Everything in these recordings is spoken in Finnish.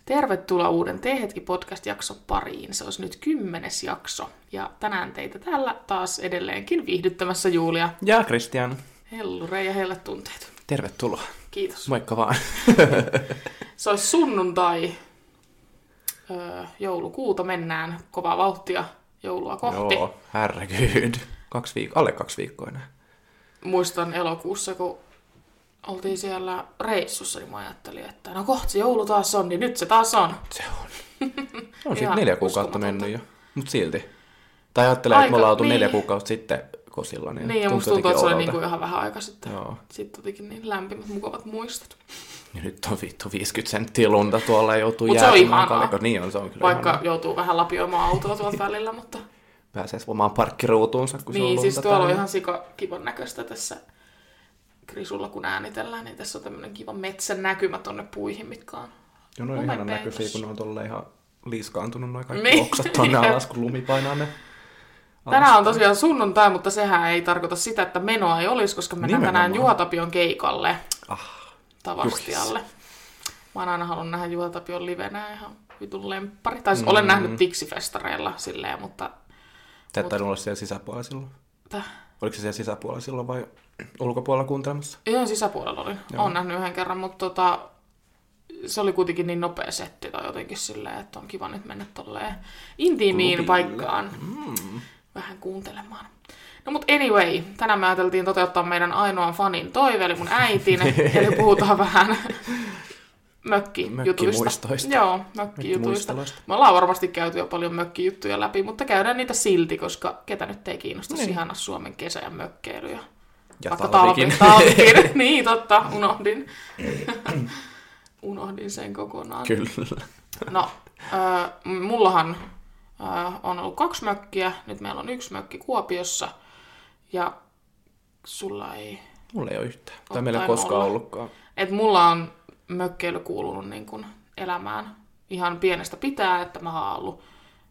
Tervetuloa uuden T-hetki-podcast-jakson pariin. Se olisi nyt 10. jakso. Ja tänään teitä täällä taas edelleenkin viihdyttämässä Julia. Ja Kristian. Hellure ja helle tunteet. Tervetuloa. Kiitos. Moikka vaan. Se olisi sunnuntai. Joulukuuta mennään kovaa vauhtia joulua kohti. Joo, herregud. Alle 2 viikkoa enää. Muistan elokuussa, kun oltiin siellä reissussa, niin mä ajattelin, että no kohta se joulu taas on, niin nyt se taas on. Se on. On siitä 4 kuukautta mennyt jo, mutta silti. Tai ajattelee, että me ollaan oltu 4 kuukautta sitten kosilla. Niin, ja musta tuntuu, että se oli niinku ihan vähän aika sitten. Joo. Sitten jotenkin niin lämpimät, mukavat muistot. Ja nyt on vittu 50 senttiä lunta tuolla ja joutuu jäämään. Mutta se on ihanaa. Niin on, se on kyllä vaikka ihanaa. Joutuu vähän lapioimaan autoa tuolta välillä, mutta... Pääsee omaan parkkiruutuunsa, kun niin, se on lunta. Niin, siis tuolla on ihan kivan näköistä tässä Krisulla, kun äänitellään, niin tässä on tämmöinen kiva metsän näkymä tonne puihin, mitkä on... Joo, ne on ihanan näköisiä, kun ne on tolleen ihan liiskaantunut noin kaikki oksat tonne alas, kun lumi painaa ne. Tänään on tosiaan sunnuntai, mutta sehän ei tarkoita sitä, että menoa ei olisi, koska mennään tänään Juha Tapion keikalle Tavastialle. Mä oon aina halunnut nähdä Juha Tapion livenä, ihan vitun lemppari. Tai siis olen nähnyt Tiksi-festareilla silleen, mutta... Sä et tainnut olla siellä sisäpuolella silloin? Oliko se siellä sisäpuolella silloin vai ulkopuolella kuuntelemassa? Ihan sisäpuolella olin. Olen nähnyt yhden kerran, mutta se oli kuitenkin niin nopea setti tai jotenkin silleen, että on kiva nyt mennä tolleen intiimiin paikkaan vähän kuuntelemaan. No mut anyway, tänään me ajateltiin toteuttaa meidän ainoan fanin toive, eli mun äitin, eli puhutaan vähän mökkijutuista. Joo, mökkijutuista. Me ollaan varmasti käyty jo paljon mökkijuttuja läpi, mutta käydään niitä silti, koska ketä nyt ei kiinnostaisi ihana Suomen kesä- ja mökkeilyä. Ja vaikka talvikin. Niin, totta, unohdin sen kokonaan. Kyllä. No, mullahan on ollut 2 mökkiä, nyt meillä on 1 mökki Kuopiossa, ja sulla ei... Mulla ei ole yhtään, tai meillä ei koskaan ollutkaan. Et mulla on mökkeily kuulunut niin kun elämään ihan pienestä pitää, että mä oon ollut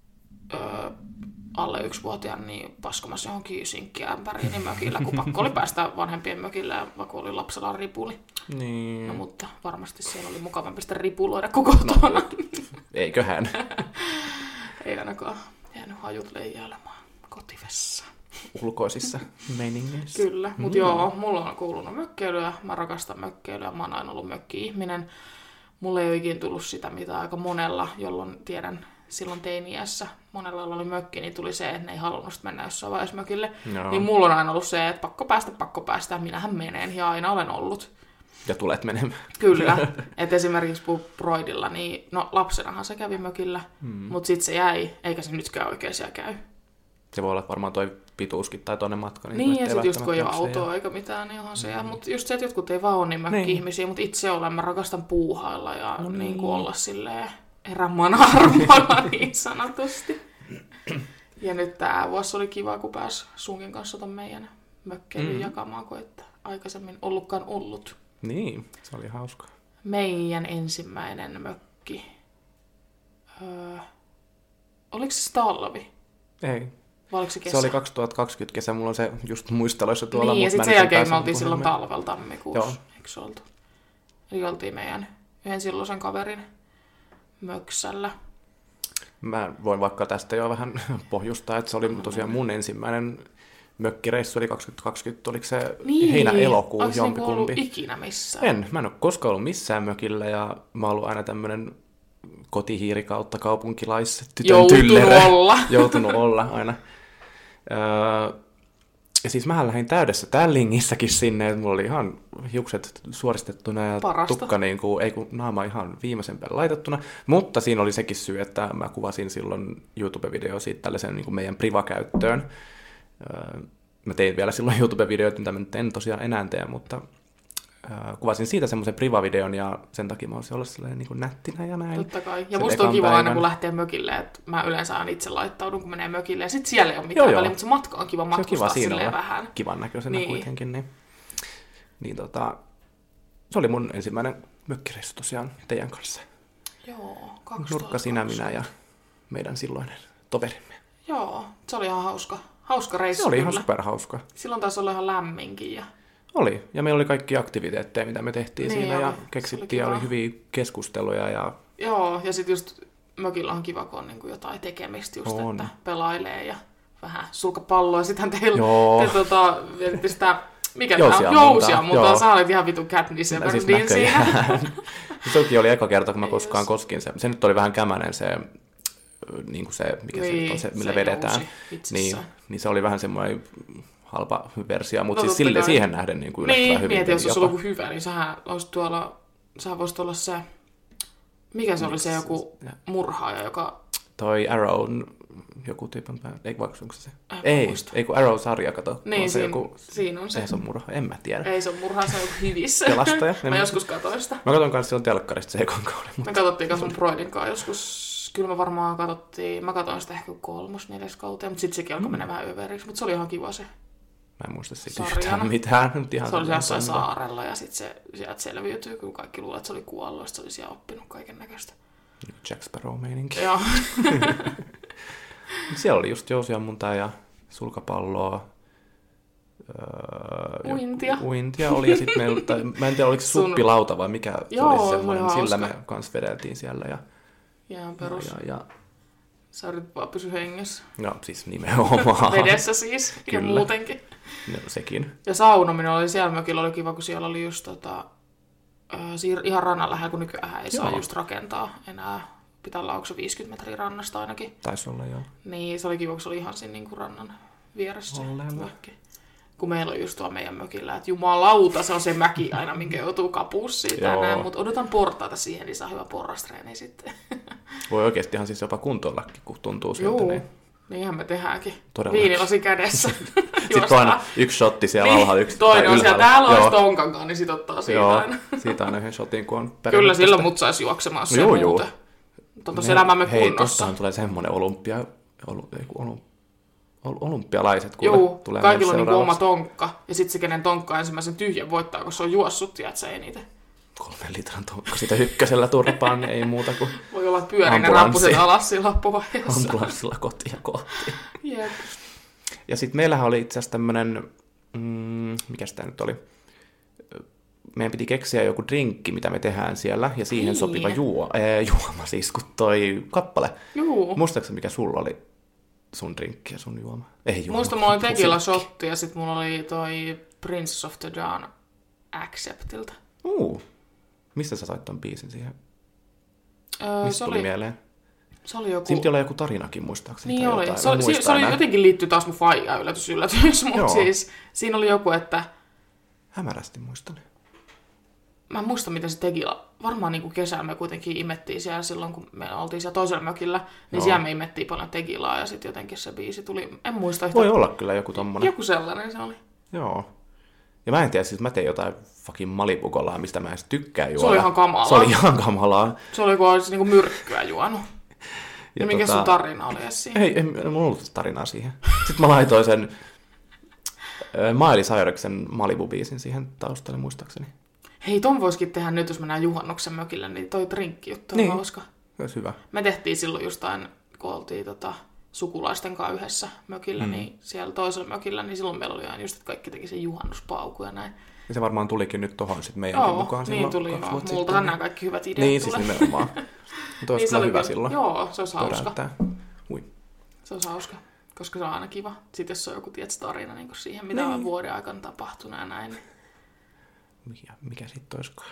alle 1-vuotiaan niin paskomassa johonkin sinkkiämpäriin niin mökillä, kun pakko oli päästä vanhempien mökille, ja vaikka oli lapsella ripuli. Niin. No, mutta varmasti siellä oli mukavampi sitä ripuloida koko kotona. Eiköhän. Ei ainakaan jäänyt hajut leijailemaan kotivessaan. Ulkoisissa meiningeissä. Kyllä, mutta joo, mulla on kuulunut mökkeilyä, mä rakastan mökkeilyä, mä oon aina ollut mökki-ihminen. Mulla ei ole ikinä tullut sitä, mitä aika monella, jolloin tiedän silloin teini-iässä, monella oli mökki, niin tuli se, että ne ei halunnut mennä jossain vaiheessa mökille. No. Niin mulla on aina ollut se, että pakko päästä, minähän menen, ja aina olen ollut. Ja tulet menemään. Kyllä, että esimerkiksi Broidilla, niin no lapsenahan se kävi mökillä, mutta sitten se jäi, eikä se nytkään oikein siellä käy. Se voi olla varmaan toi pituuskin tai toinen matka. Niin ja sitten just kun ei ole autoa eikä mitään, niin onhan se. Mutta just se, että jotkut ei vaan ole niin mökki-ihmisiä, mutta itse olen, mä rakastan puuhailla ja niin kuin olla silleen erämanarmoilla niin sanotusti. Ja nyt tää vuosi oli kiva, kun pääsi sunkin kanssa ton meidän mökkeilyyn jakamaan, kun et aikaisemmin ollutkaan ollut. Niin, se oli hauska. Meidän ensimmäinen mökki. Oliko se talvi? Ei. Vai oliko se kesä? Se oli 2020 kesä, mulla on se just muisteloissa tuolla. Niin, ja sitten sen jälkeen me oltiin silloin talvella tammikuussa, eikö se oltu? Eli oltiin meidän yhden silloisen kaverin möksällä. Mä voin vaikka tästä jo vähän pohjustaa, että se oli tosiaan mun ensimmäinen mökkireissu, eli 2020, oliko se heinä-elokuu jompikumpi. Oliko ollut ikinä missään? Mä en ole koskaan ollut missään mökillä, ja mä oon ollut aina tämmönen kotihiiri kautta kaupunkilaistytön tyllerä. Joutunut olla aina. Ja siis mähän lähdin täydessä tällingissäkin sinne, että mulla oli ihan hiukset suoristettuna ja tukka naama ihan viimeisen päälle laitettuna. Mutta siinä oli sekin syy, että mä kuvasin silloin YouTube-video siitä tällaisen niin kuin meidän privakäyttöön. Mä tein vielä silloin YouTube-videoita, mitä mä nyt en tosiaan enää tee, mutta kuvasin siitä semmoisen privavideon ja sen takia mä olisin olla sellainen niin kuin nättinä ja näin. Totta kai. Ja musta on kiva aina, kun lähtee mökille, että mä yleensä aina itse laittaudun, kun menee mökille. Ja sit siellä ei ole mitään väliä, mutta se matka on kiva matkustaa silleen vähän. Kivan näköisenä kuitenkin. Niin se oli mun ensimmäinen mökkireissu tosiaan teidän kanssa. Joo, 2000. Nurkka sinä, minä ja meidän silloinen toverimme. Joo, se oli ihan hauska reissu. Se oli ihan superhauska. Silloin taisi olla ihan lämminkin ja Oli, ja meillä oli kaikki aktiviteetteja, mitä me tehtiin siinä, ja keksittiin, ja oli hyviä keskusteluja, ja Joo, ja sitten just mökillä on kiva, kun on niin kuin jotain tekemistä just, että pelailee ja vähän sulkapalloa. Sitten te vietitte sitä, mikä jousia, mutta sä olit ihan vitun Katniss Everdeen siinä. Sekin oli eka kerta, kun mä koskaan koskin se. Se nyt oli vähän kämänen se, niin kuin se mikä se on se, millä se vedetään. Niin se oli vähän semmoinen halpa versio, mutta siis siihen nähden niin kuin yllättävän hyvin. Mietin, jos olisi ollut hyvä, niin sähän voisit olla se, mikä se oli se joku murhaaja, joka... Toi Arrow, joku tyypin päin, ei vaikka onko se? Ei kun Arrow-sarja, kato. Niin, se joku... siinä on se. Ei se on murha, en mä tiedä. Ei se on murha, se on joku hyvissä. Pelastaja. Mä joskus katsoin sitä. Mä katson kanssa silloin telkkarista se ekan kauden. Me katsottiin kanssa mun broidin kanssa joskus. Kyllä me varmaan katsottiin, mä katsoin sitä ehkä 3-4 kauteen, mutta sitten sekin alkoi mennä vähän överiksi, mutta se oli ihan kiva se. Mä en muista siitä yhtään mitään. Se oli jossain saarella ja sitten se sieltä selviytyi, kun kaikki luulee, että se oli kuollut, ja se oli siellä oppinut kaiken näköistä. Jack Sparrow-meininki. Joo. Siellä oli just jousiammuntaa ja sulkapalloa. Uintia oli ja sitten meillä, mä en tiedä oliko se suppilauta vai mikä se oli semmoinen, sillä me kanssa vedeltiin siellä. Jään perus. Ja sä yritit vaan pysyä hengessä. No siis nimenomaan. Vedessä siis ja muutenkin. No sekin. Ja saunominen oli siellä mökillä, oli kiva, kun siellä oli just ihan rannan lähellä, kun nykyään ei saa just rakentaa enää. Pitää olla, onko se 50 metriä rannasta ainakin. Taisi olla, joo. Niin, se oli kiva, kun se oli ihan siinä niin kuin rannan vieressä se mökki. Kun meillä on just tuo meidän mökillä, että jumalauta, se on se mäki aina, minkä joutuu kapuus siitä. Mutta odotan portaita siihen, niin saa hyvä porrastreeni sitten. Voi oikeastihan siis jopa kuntoillakin, kun tuntuu siltä. Joo, niinhän me tehdäänkin. Viinilasi kädessä. Sitten on yksi shotti siellä alhaalla. Toinen on siellä, täällä olisi tonkankaan, niin sit ottaa siitä aina. Siitä aina yhden shotin, kun on perinnettä. Kyllä silloin mut saisi juoksemaan se muuten. Tuossa elämämme kunnossa. Hei, tossahan tulee semmoinen olympialaiset, kuule, tulee kaikilla on niin oma tonkka. Ja sitten se, kenen tonkka ensimmäisen tyhjän voittaa, kun se on juossut, tiedät sä eniten. 3 litran tonkka sitä ykkösellä turpaan, niin ei muuta kuin voi olla pyörin ja rappuset alas siinä loppuvaiheessa. Ambulanssilla kotia kohti. Jep. Ja sitten meillähän oli itse asiassa tämmöinen, mikä sitä nyt oli? Meidän piti keksiä joku drinkki, mitä me tehdään siellä, ja siihen sopiva juoma siis, kun toi kappale. Muistaakseni, mikä sulla oli sun drinkki ja sun juoma? Ei juoma. Muista mulla oli tequila shotti, ja sit mulla oli toi Prince of the Dawn Acceptilta. Mistä sä sait ton biisin siihen? Mistä tuli mieleen? Se oli joku... Siinä piti olla joku tarinakin, muistaakseni. Niin oli. Se oli jotenkin liittyy taas mun faijaan yllätys, mutta siis siinä oli joku, että... Hämärästi muistan. Mä en muista, miten se tequila... Varmaan niin kuin kesällä me kuitenkin imettiin siellä silloin, kun me oltiin siellä toisella mökillä, niin siellä me imettiin paljon tequilaa ja sitten jotenkin se biisi tuli... En muista yhtä... Voi olla kyllä joku tommonen. Joku sellainen se oli. Joo. Ja mä en tiedä, siis mä tein jotain fucking Malibu-kolaa, mistä mä en tykkää juoda. Se oli ihan kamalaa. Se oli ihan kamalaa. Se oli, kun olisi niinku myrkkyä juonut. Ja mikä sun tarina oli edes siinä? Ei mulla ollut tarinaa siihen. Sitten mä laitoin sen Miley Cyrusin Malibu-biisin siihen taustalle muistaakseni. Hei, ton voisikin tehdä nyt, jos mennään juhannuksen mökille, niin toi drinkki-juttu on hauska. Olisi hyvä. Me tehtiin silloin justain, kun oltiin sukulaisten kanssa yhdessä mökillä, niin siellä toisella mökillä, niin silloin meillä oli aina just, että kaikki teki sen juhannuspauku ja näin. Ja se varmaan tulikin nyt tohon sitten meidänkin mukaan silloin. Niin tuli, joo. Multahan nämä kaikki hyvät ideat niin, tulee. Niin, siis nimenomaan. Mutta olisi kyllä hyvä silloin. Joo, se olisi hauska. Se olisi hauska, koska se on aina kiva. Sitten jos on joku tarina niin siihen, mitä on vuoden aikana tapahtunut ja näin. Mikä sitten olisikaan?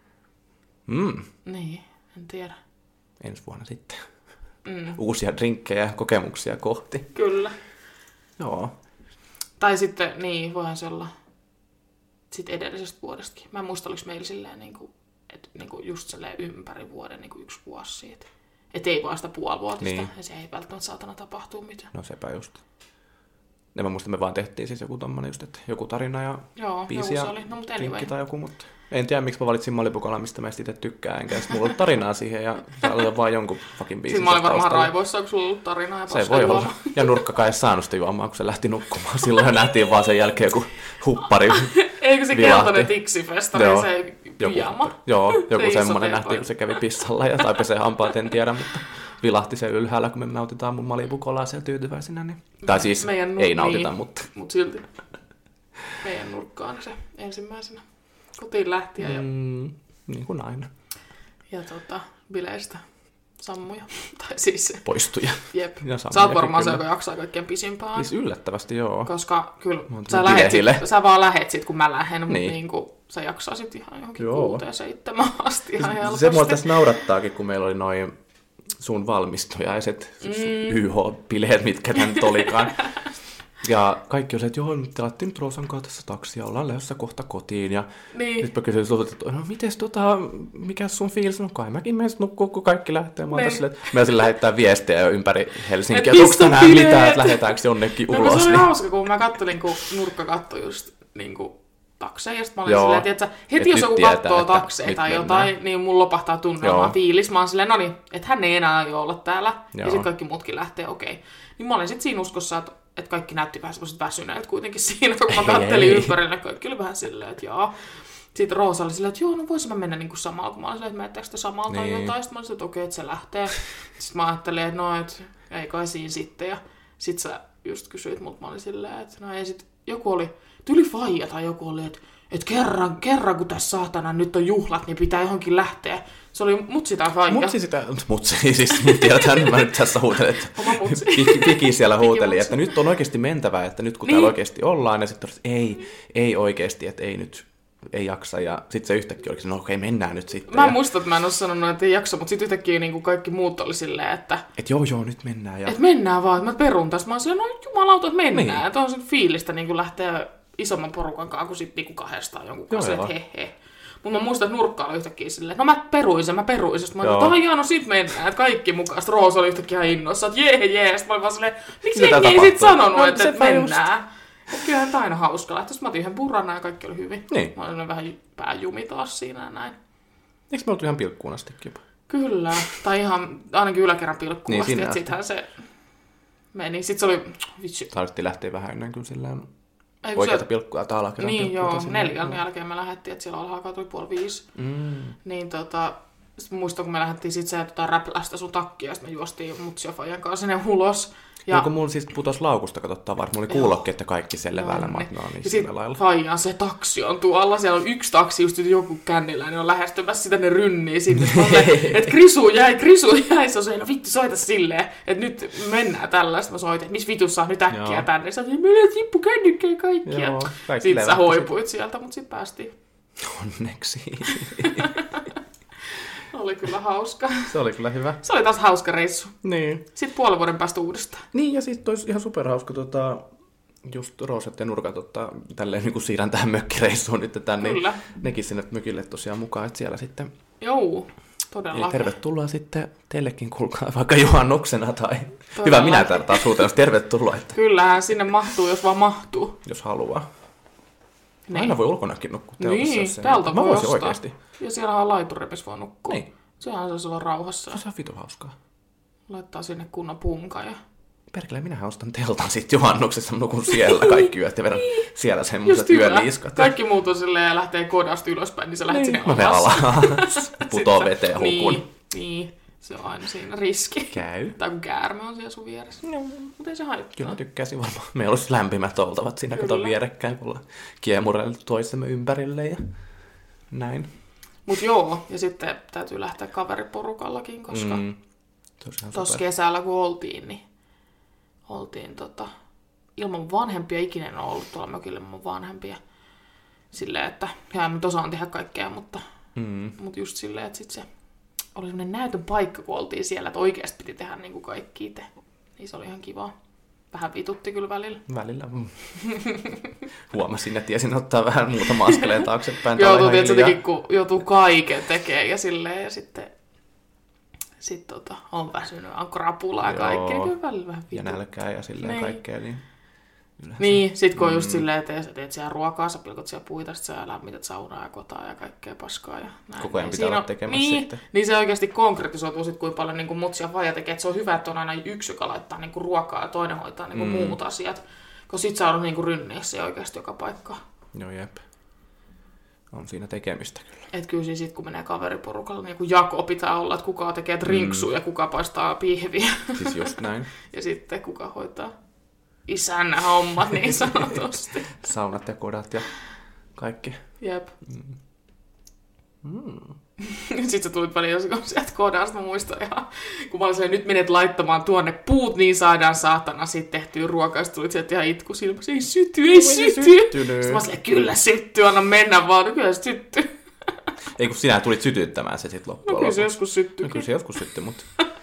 Niin, en tiedä. Ensi vuonna sitten. Uusia drinkkejä ja kokemuksia kohti. Kyllä. Joo. Tai sitten, niin, voihan se olla sitten edellisestä vuodestakin. Mä en muista, oliko meillä silleen, että just silleen ympäri vuoden yksi vuosi siitä. Että ei vaan sitä puolivuotista, ja se ei välttämättä saatana tapahtuu mitään. No sepä just. Ja mä muistan, me vaan tehtiin siis joku tommonen just, että joku tarina ja biisi ja drinkki tai joku, mutta en tiedä, miksi mä valitsin Malibu-kolan, mistä mä itse tykkään, enkä sitten mulla ollut tarinaa siihen ja aloitan vaan jonkun fucking biisin. Siinä mä olin varmaan raivoissa, kun sulla ollut tarinaa ja paska se voi olla. Ja Nurkkakaan ei saanut sitä juomaan, kun se lähti nukkumaan. Silloin jo nähtiin vaan sen jälkeen joku huppari. Eikö se keltainen tiksifestari, se pyjama? Joku semmoinen nähtiin, kun se kävi pissalla ja tai pesee hampaat, en tiedä, mutta vilahti se ylhäällä, kun me nautitaan mun Malibu-kolaa siellä tyytyväisenä. Niin. Tai siis ei nautita, mutta... Mutta silti meidän nurkkaan se ensimmäisenä kotiin lähti. Niin kuin aina. Ja bileistä sammuja. Tai siis... Poistuja. Jep. Sä oot varmaan se, joka jaksaa kaikkein pisimpään. Siis yllättävästi, joo. Koska kyllä sä vaan lähet sit, kun mä lähden, mutta niin kuin sä jaksasit ihan johonkin 6-7 asti ihan helposti. Se mua tässä naurattaakin, kun meillä oli noin sun valmistujaiset YH-bileet, mitkä tän nyt olikaan. Ja kaikki oli se, että joo, telattiin nyt Roosan kanssa tässä taksia, ollaan lähdössä kohta kotiin. Ja nyt mä kysyin sulta, että no mites mikä sun fiilis? No kai mäkin menen nukkuu, kun kaikki lähtee. Mä oon silleen, että mä olisin lähettää viestejä jo ympäri Helsinkiä, että onko tänään mitään, että lähdetäänkö jonnekin ulos. No se oli hauska, kun mä kattelin, kun Nurkka kattoi just niinku takseja, ja sit mä olin silleen, että heti jos joku kattoo takseja tai jotain, niin mun lopahtaa tunnelmaa fiilis. Mä oon silleen, no niin, että hän ei enää aio olla täällä, ja sit kaikki muutkin lähtee, okei. Niin mä olin sit siinä uskossa, että kaikki näytti vähän semmoiset väsyneet kuitenkin siinä, kun mä kattelin ympärille, kaikki oli vähän silleen, että jaa. Sitten Roosa oli silleen, että joo, no voisin mä mennä niinku samalla, kun mä olin silleen, että menettekö te samalla tai jotain. Sitten mä olin silleen, että okei, että se lähtee. Sitten mä ajattelin, että no, että ei kai siinä sitten. Ja sit sä just kysyit multa, mä olin silleen, että no ei sit, joku oli, tyli faija tai joku oli, että kerran kun tässä saatana nyt on juhlat, niin pitää johonkin lähteä. Se oli mutsi tai faija. Mutsi, siis tiedetään, mä nyt tässä huutelin, että Piki siellä huuteli, että nyt on oikeasti mentävä, että nyt kun täällä oikeasti ollaan, ja sitten ei oikeasti, että ei nyt, ei jaksa, ja sitten se yhtäkkiä olikin, no okei, mennään nyt sitten. Mä muistan, että mä en ole sanonut, että ei jaksa, mutta sitten yhtäkkiä niin kuin kaikki muut oli silleen, että joo, nyt mennään. Ja... Että mennään vaan, että mä perun tässä. Mä oon silleen, no jumalauta, että mennään. Niin. Että on sen fiilistä niin kuin lähteä isomman porukan kanssa, kuin sitten niinku kahdestaan jonkun kanssa, että he. Mutta mä muistan, että Nurkka oli yhtäkkiä silleen, että no mä peruisin. Sitten mä olin, että no sit mennään, että kaikki mukaan. Sitten Roosa oli yhtäkkiä innossa, että jee. Sitten mä olin vaan silleen, miksi jengi ei sit sanonut, että mennään. Kyllähän tämä aina hauska lähteä. Sitten mä otin yhden burrana ja kaikki oli hyvin. Niin. Mä olin vähän pääjumi taas siinä ja näin. Eikö me oltu ihan pilkkuun asti jopa? Kyllä. Tai ihan ainakin yläkerran pilkkuun asti, että sittenhän se meni. Sitten se oli, vitsi. Tarvittiin lähteä vähän ennen kuin silleen oikeata pilkkua tai alakerran niin, pilkkua. Niin joo, 4 jälkeen me lähdettiin, että siellä alhaalla tuli 4:30. Niin sitten muistan, kun me lähdettiin sit se räplästä sun takkia, ja sitten me juostiin mutsi ja fajan kanssa sinne ulos. Ja kun mulla siis putosi laukusta katsottaa vaan, mulla oli kuulokki, että kaikki sen levällä matnaa niin sillä lailla. Ja fajan se taksi on tuolla, siellä on yksi taksi, just joku kännillä, niin on lähestymässä sitä, ne rynnii sinne. Että Krisu jäi, se on se, no vittu soita silleen, että nyt mennään tällä. Sitten mä soitin, että missä vitussa on nyt äkkiä tänne. Sä sanoin, meillä tippu kännykkää kaikkia. Sitten sä hoipuit sieltä, mutta sitten päästiin. Onneksi. Oli kyllä hauska. Se oli kyllä hyvä. Se oli taas hauska reissu. Niin. Sitten puolen vuoden päästä uudestaan. Niin, ja sitten olisi ihan superhauska just Rooset ja Nurkat tälleen niin kuin siirrän tähän mökkireissuun nyt tänne. Kyllä. Nekin sinne mökille tosiaan mukaan, että siellä sitten... Joo, todella. Eli tervetuloa sitten teillekin, kuulkaa vaikka juhannuksena tai... Todella. Hyvä, minä taas suutellaan, tervetuloa. Että... Kyllähän sinne mahtuu, jos vaan mahtuu. Jos haluaa. Niin. Aina voi ulkonakin nukkua teltassa. Niin, täältä voi ostaa. Oikeasti. Ja siellä on laiturepis voi nukkua. Niin. Sehän saisi olla rauhassa. Se on vitu hauskaa. Laittaa sinne kunnon punka ja... Perkele, minähän ostan teltan sitten juhannuksessa, nukun siellä kaikki yöt ja vedän siellä semmoiset yöliiskat. Kaikki muut on silleen ja lähtee kodasta ylöspäin, niin sä lähdet sinne alas. Mä alas. Putoo veteen hukun. Niin, se on aina siinä riski. Käy. Tai kun käärme on siellä sun vieressä. No, mutta ei se haittaa. Kyllä mä tykkäisin varmaan. Meillä olisi lämpimät oltavat siinä, kun on vierekkäin, kun ollaan kiemurellut toisemme ympärille ja näin. Mut joo, ja sitten täytyy lähteä kaveriporukallakin, koska tuossa kesällä kun oltiin ilman vanhempia, ikinä en ole ollut tuolla mökillä ilman vanhempia. Silleen, että hän nyt osaan tehdä kaikkea, mutta just silleen, että sit se oli semmoinen näytön paikka, kun oltiin siellä, että oikeasti piti tehdä niin kuin kaikki itse. Niin se oli ihan kivaa. Vähän vitutti kyllä välillä. Huomasin, että tiesin ottaa vähän muutama askeleen taaksepäin. Joutuu tietenkin, kun joutuu kaiken tekemään ja silleen, ja sitten on väsynyt, on krapulaa ja kaikkea, niin kyllä välillä vähän vitutti. Ja nälkää ja silleen kaikkea, niin... Niin, sit kun on just silleen, että sä teet siellä ruokaa, sä pilkot siellä puita, sit sä lämmität saunaa ja kotaa ja kaikkea paskaa ja näin. Koko ajan pitää olla tekemässä sitten. Niin se oikeasti konkretisoituu sit, kuinka paljon niin mutsi ja faija tekee. Et se on hyvä, että on aina yksi, joka laittaa niin ruokaa ja toinen hoitaa niin muut asiat. Koska sit sä olet niin rynniä se oikeasti joka paikkaan. Joo, jep. On siinä tekemistä kyllä. Et kyllä siis sit, kun menee kaveriporukalla, niin jako pitää olla, että kuka tekee drinksuja ja kuka paistaa pihviä. Siis just näin. Ja sitten kuka hoitaa isän hommat niin sanotusti. Saunat ja kodat ja kaikki. Jep. Sitten sä tulit väliin sieltä kodasta, mä muistan ihan, kun mä olin nyt menet laittamaan tuonne puut, niin saadaan saatana sitten tehtyä ruokaa. Sitten tulit sieltä ihan itku silmässä, ei sytty. Sitten mä olin kyllä syttyy, anna mennä vaan, no kyllä se syttyy. Ei kun sinä tulit sytyttämään se sitten loppujen lopuksi. No kyllä se joskus syttyykin. No kyllä se joskus syttyi, mutta...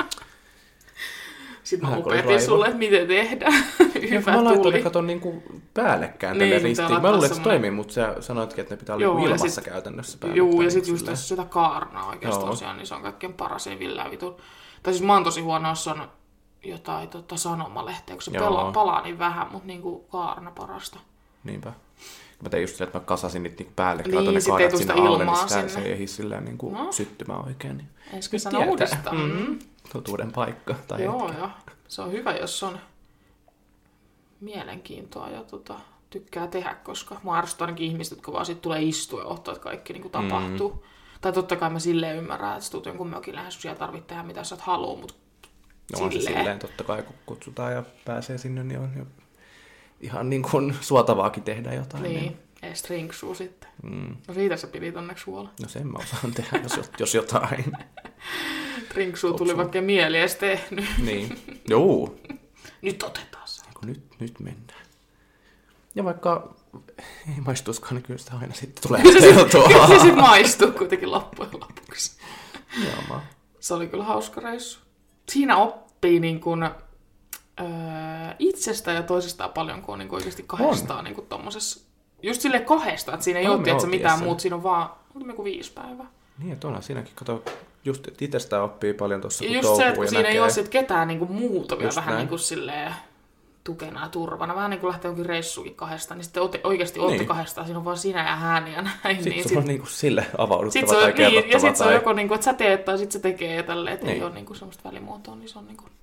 Sitten mä opetin sulle, että miten tehdään. Hyvä mä laitoin katon niinku päällekään tälle ristiin. Mä luulen, että se toimii, mutta sä sanoitkin, että ne pitää olla ilmassa käytännössä päälle. Joo, ja sitten just jos sitä kaarnaa oikeastaan tosiaan, niin se on kaikkein paras, ei villään vitun. Tai siis mä oon tosi huono, jos on jotain sanomalehteä, kun se palaa niin vähän, mutta niinku kaarna parasta. Niinpä. Mä tein just se, että mä kasasin niitä niinku päällekään, niin, laitoin ne kaarat sinne alle, niin se ei ehdi silleen niinku syttymään oikein. Niin ensi kesänä uudestaan. Totuuden paikka. Tai joo. Se on hyvä, jos on mielenkiintoa ja tykkää tehdä, koska mä arvostan ainakin ihmiset, jotka vaan sit tulee istua ja ottaa, että kaikki niin kuin tapahtuu. Tai totta kai mä silleen ymmärrän, että sä tulet jonkun mökin lähes, siellä tarvitse tehdä mitä sä haluaa, mutta no, silleen totta kai, kun kutsutaan ja pääsee sinne, niin on jo ihan niin kuin suotavaakin tehdä jotain. Niin, ei strinksuu sitten. No siitä sä pidit onneksi huolen. No sen mä osaan tehdä, jos jotain. Trinksuu tuli vaikka mieli edes tehnyt. Niin, joo. Nyt otetaan se. Nyt mennään. Ja vaikka ei maistuiskaan, niin kyllä sitä aina sitten tulee teltoa. Kyllä se sitten maistuu kuitenkin loppujen lopuksi. Joo. Se oli kyllä hauska reissu. Siinä oppii niin kuin, itsestä ja toisestaan paljon, kun on niin kuin oikeasti kahdestaan niin kuin tommosessa. Just silleen kahdestaan, että siinä ei ole että mitään muuta, siinä on vaan 5 päivää. Niin, että onhan siinäkin, kato, just itsestä oppii paljon tuossa, kun just touhuu se, että kun siinä näkee. ei ole sit ketään niinku muuta vielä vähän näin. Niinku silleen tukena ja turvana. Vähän niin kuin lähtee jonkin reissukin kahdestaan, niin sitten oikeasti olette kahdestaan, siinä on vaan sinä ja hän ja näin. Sitten niin, se on niinku sille avauduttava tai kerrottava. Niin, ja sitten se on joko, niinku, että sä teet tai sitten se tekee tälleen, että ei ole niinku semmoista välimuotoa, niin se on niinku...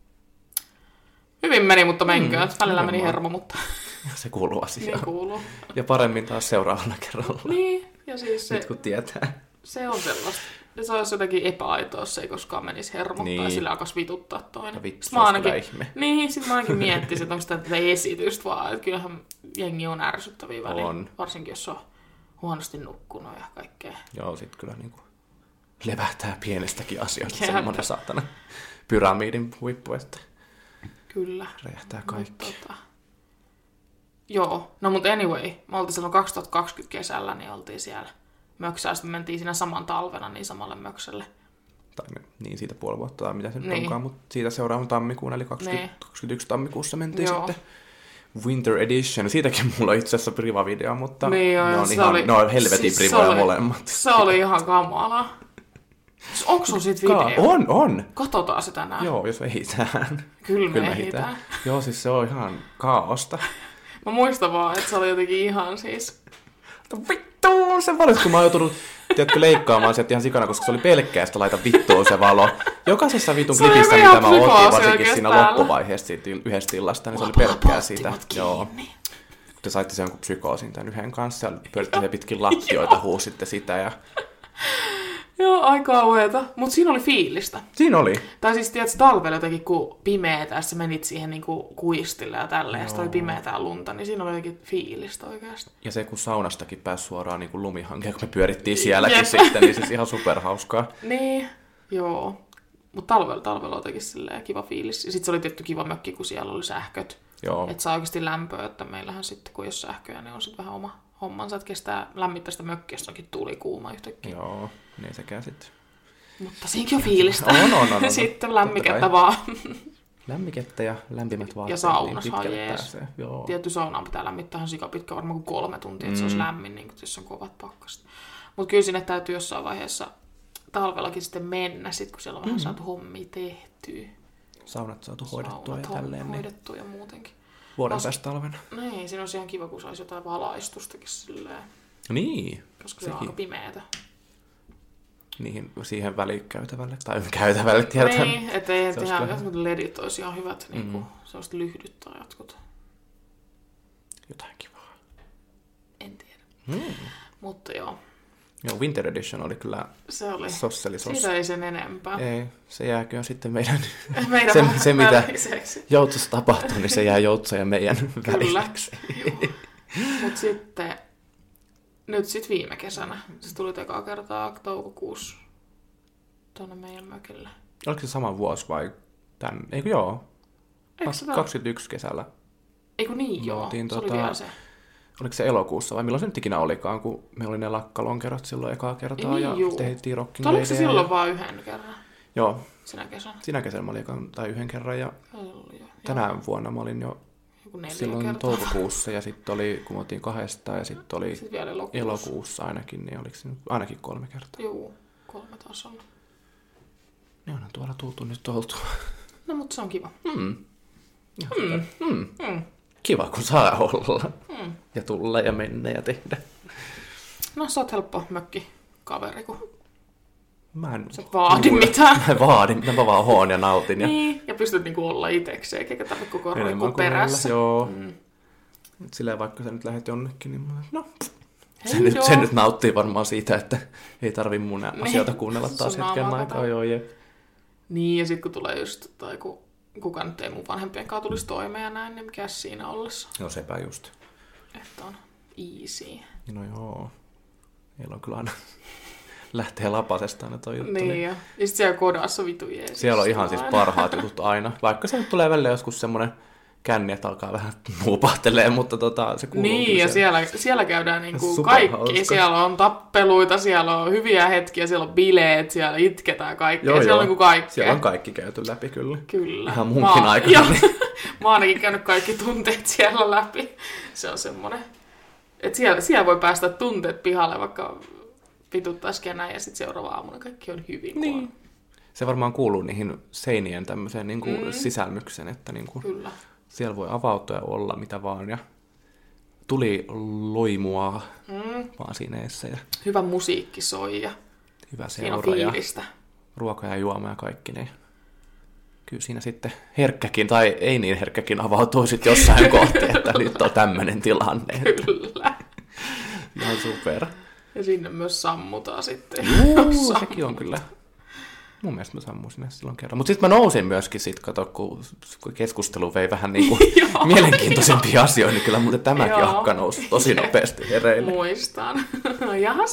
Hyvin meni, mutta menköön. Välillä meni hermo, mutta... Se kuuluu asiaan. Niin kuuluu. Ja paremmin taas seuraavalla kerralla. Niin, ja siis se... Nyt kun tietää. Se on sellaista. Ja se olisi jotenkin epäaitoa, jos se ei koskaan menisi hermo, niin. Tai sillä alkaisi vituttaa toinen. Ja vittu, se olisi kyllä ihme. Niin, sitten mä ainakin miettisin, että onko sitä tätä esitystä vaan, että kyllähän jengi on ärsyttäviä väliin. Varsinkin, jos on huonosti nukkunut ja kaikkea. Joo, sit kyllä niinku levähtää pienestäkin asioista semmoinen saatana pyramidin huippu, että kyllä. Räjähtää kaikki. Joo, no mutta anyway, me oltiin silloin 2020 kesällä, niin oltiin siellä möksää, sitten mentiin siinä saman talvena niin samalle mökselle. Tai niin siitä puoli vuotta tai mitä se nyt onkaan, mutta siitä seuraavan tammikuun, eli 2021 tammikuussa mentiin sitten Winter Edition. Siitäkin mulla on itse asiassa priva-video, mutta niin ne on helvetin privoja molemmat. Se oli ihan kamala. Onko sun siitä video? On. Katsotaan se tänään. Joo, jos ehditään. Kyllä me ehditään. Joo, siis se on ihan kaaosta. Mä muistan vaan, että se oli jotenkin ihan siis... Vittu, se valo, kun mä oon joutunut, tiedätkö, leikkaamaan sieltä ihan sikana, koska se oli pelkkäästä laita vittuun se valo. Jokaisessa vitun klipissä, mitä mä otin, varsinkin siinä loppuvaiheessa siitä yhdestä illasta, niin se oli pelkkää siitä. Joo. Te saitte sen jonkun psykoosin tämän yhden kanssa, ja pyöritte pitkin lattioita, huusitte sitä ja... Joo, aika kauheeta. Mutta siinä oli fiilistä. Siinä oli. Tai siis tiedätkö, talvella jotenkin kun pimeetä, ja sä menit siihen niinku kuistille ja tälleen, ja sitten oli pimeätä ja lunta, niin siinä oli jotenkin fiilistä oikeasti. Ja se, kun saunastakin pääsi suoraan niinku lumihankeen, kun me pyörittiin sielläkin sitten, niin siis ihan superhauskaa. Niin, joo. Mutta talvella on jotenkin silleen kiva fiilis. Ja sitten se oli tietty kiva mökki, kun siellä oli sähköt. Joo. Että saa oikeasti lämpöä, että meillähän sitten, kun ei ole sähköjä, niin on sitten vähän oma hommansa, että kestää lämmittää sitä mökkiä, jos onkin tuli kuuma yhtäkkiä. Joo, niin sekään sitten. Mutta siinäkin on fiilistä. On. Sitten lämmikettä vaan. Lämmikettä ja lämpimät vaatteet. Ja saunassa niin jees. Tietty saunaan pitää lämmittää ihan sikapitkä, varmaan kuin 3 tuntia, että se olisi lämmin, niin jos on kovat pakkaset. Mutta kyllä sinne täytyy jossain vaiheessa talvellakin sitten mennä, kun siellä on vähän saatu hommia tehtyä. Saunat saatu hoidettua ja tälleen. Hoidettua ja muutenkin. Vuoden päästä talvena. Niin, siinä olisi ihan kiva, kun saisi jotain valaistustakin silleen. Niin. Koska se on aika pimeätä. Siihen välikäytävälle, tai käytävälle tiedetään. Niin, ettei tehdä jotkut ledit olisi ihan hyvät, niin kuin sellaiset lyhdyt tai jotkut. Jotain kivaa. En tiedä. Mutta joo. Joo, Winter Edition oli kyllä sosseli. Siitä ei sen enempää. Ei, se jääköön sitten meidän se mitä Joutsassa tapahtuu, niin se jää Joutsa ja meidän väliseksi. Mutta sitten nyt sit viime kesänä. Se tuli ekaa kertaa toukokuussa tuonne meidän mökille. Oliko se sama vuosi vai tämän? Eikö joo? 21 kesällä. Eikö niin joo? Se oli vielä se. Oliko se elokuussa vai milloin se nyt ikinä olikaan, kun meillä oli ne lakkalonkerot silloin ekaa kertaa niin, ja tehtiin Rocking Ladyä. Oliko se silloin vaan yhden kerran? Joo. Sinä kesänä? Sinä kesänä mä olin yhden kerran ja tänä vuonna mä olin jo silloin kertaa. Toukokuussa ja sitten oli, kun me oltiin 2 ja sitten oli elokuussa ainakin, niin oliko se ainakin 3 kertaa? Joo, 3 taas on. Ne on tuolla tultu nyt oltu. No, mutta se on kiva. Kiva, kun saa olla. Ja tulla ja mennä ja tehdä. No, sä oot helppo mökkikaveri, kun mä en vaadi mitään. Mä vaadin, mä vaan hoon ja nautin. Niin, ja pystyt niinku olla itsekseen, eikä tarvitse koko ajan perässä. Joo. Silleen vaikka sä nyt lähdet jonnekin, niin no, se nyt nauttii varmaan siitä, että ei tarvi mun asioita kuunnella taas hetken aikaa. Joo, niin, ja sit kun tulee just, tai kun kukaan nyt ei mun vanhempien kanssa tulisi toimeen ja näin, niin mikä siinä ollessa. No sepä just. Että on easy. No joo. Meillä on kyllä aina lähtee lapasesta aina toi juttu. Niin, ja sit siellä kodassa vitu jeesus. Siellä on ihan siis parhaat jutut aina. Vaikka se nyt tulee välillä joskus semmonen känni, että alkaa vähän muupahtelee, mutta se kuuluu. Niin, ja siellä käydään niinku kaikki. Hauska. Siellä on tappeluita, siellä on hyviä hetkiä, siellä on bileet, siellä itketään kaikkea. Joo, siellä on niinku kaikkea. Siellä on kaikki käyty läpi, kyllä. Kyllä. Ihan munkin aikana. Mä oon ainakin käynyt kaikki tunteet siellä läpi. Se on semmonen, että siellä voi päästä tunteet pihalle, vaikka vituttaisikin näin, ja sitten seuraava aamuna kaikki on hyvin. Niin. Se varmaan kuuluu niihin seinien tämmöiseen niinku sisälmykseen, että niinku kyllä. Siellä voi avautua ja olla mitä vaan, ja tuli loimua vaan siinä eessä. Ja hyvä musiikki soi, ja hyvä seura, ja ruoka ja juoma ja kaikki ne. Kyllä siinä sitten herkkäkin, tai ei niin herkkäkin, avautuu sitten jossain kohti, että nyt on tämmöinen tilanne. Kyllä. Ihan super. Ja sinne myös sammutaan sitten. Sekin on kyllä. Mun mielestä mä sammuin sinne silloin kerran. Mutta sitten mä nousin myöskin, kun keskustelu vei vähän niinku mielenkiintoisempia asioita, niin kyllä muuten tämäkin akka nousi tosi nopeasti hereille. Muistan. Jahas,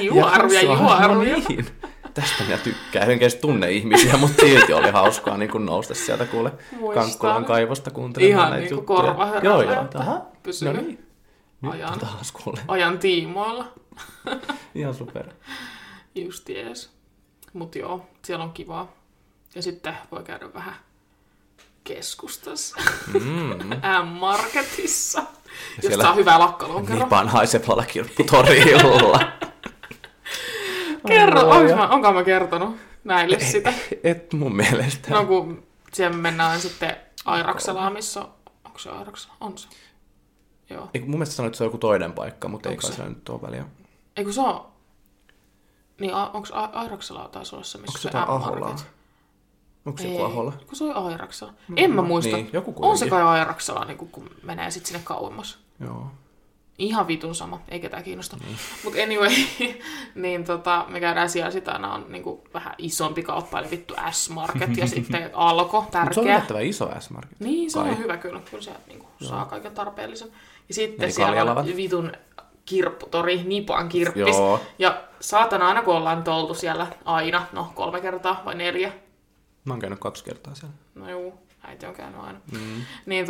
juoruja. Niin. Tästä minä tykkään. En edes tunne ihmisiä, mutta silti oli hauskaa niin nousta sieltä kuule Kankkulan kaivosta kuuntelemaan näitä juttuja. Ihan niin kuin korvaherralla. Joo. Pysyy no niin. Ajan tiimoilla. Ihan super. Just jees. Mut joo, siellä on kivaa. Ja sitten voi käydä vähän keskustassa. M-Marketissa. Jos saa hyvää lakkalonkero. Nipan haisevalla kirpputorilla. Kerro, onko mä kertonut näille sitä? Et mun mielestä. No kun siellä mennään sitten Airaksalaan, missä on... Onko se Airaksala? On se. Joo. Mun mielestä sanoit, että se on joku toinen paikka, mutta ei kai se nyt ole väliä. Eikö se on... Niin, onko Airaksalaa taisi olla se, missä se M-Market? Onko se joku Ahola? Kun se oli Airaksala. En mä muista. Niin, on se kai Airaksala, niin kun menee sitten sinne kauemmas. Joo. Ihan vitun sama, ei ketään kiinnosta. Niin. Mutta anyway, niin me käydään siellä sitä, aina on niinku vähän isompi kauppa, eli vittu S-Market ja sitten Alko, tärkeä. Mutta se on yllättävän iso S-Market. Niin, se on hyvä kyllä. Kyllä sieltä niinku saa kaiken tarpeellisen. Ja sitten siellä on vitun kirpputori, Nipan kirppis. Joo. Ja saatana aina kun ollaan oltu siellä aina, 3 kertaa vai 4. Mä oon käynyt 2 kertaa siellä. No juu, äiti on käynyt aina. Niin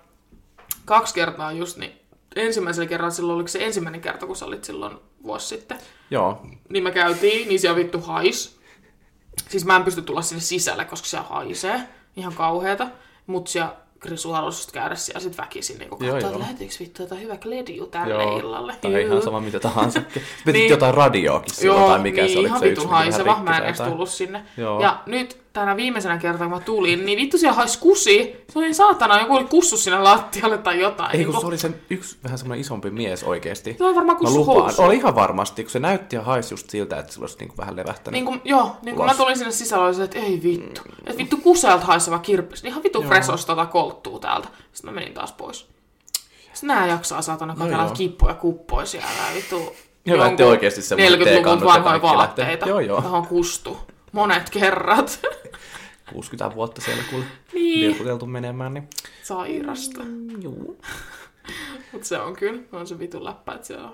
2 kertaa just, niin ensimmäisellä kerralla silloin, oliko se ensimmäinen kerta, kun sä olit silloin vuosi sitten? Joo. Niin me käytiin, niin siellä vittu hais. Siis mä en pysty tulla sinne sisälle, koska siellä haisee. Ihan kauheeta. Mut siellä Krisu halusi käydä siellä sit väkisin niin katsoa, että lähetyykö vittu jotain hyvä kledju tälle illalle. Tai ihan sama mitä tahansa. Pitit jotain radioakin silloin, tai mikä se oli. Ihan vitun haiseva. Mä en edes tullut sinne. Joo. Ja nyt tänä viimeisenä kertaa, kun mä tulin, niin vittu siellä haisi kusi. Se oli saatana, joku oli kussu sinne lattialle tai jotain. Ei, kun se oli sen yksi vähän semmoinen isompi mies oikeesti. Se on varmaan kussu housu. Oli ihan varmasti, kun se näytti ja haisi just siltä, että sillä olisi niinku vähän levähtänyt. Niin kun mä tulin sinne sisällä, oli se, että ei vittu. Että vittu kuseelta haiseva kirppis. Ihan vittu fresosta kolttuu täältä. Sitten mä menin taas pois. Sitten nää jaksaa saatana katsella kippoja kuppoja siellä. Vittu hyvä, että oikeesti semmoinen 40-luvun vanhoja vaatteita, johon kustu. Monet kerrat. 60 vuotta siellä kuule virkuteltu menemään. Niin. Sairasta. Juu. Mut se on kyllä. On se vitun läppä, että siellä on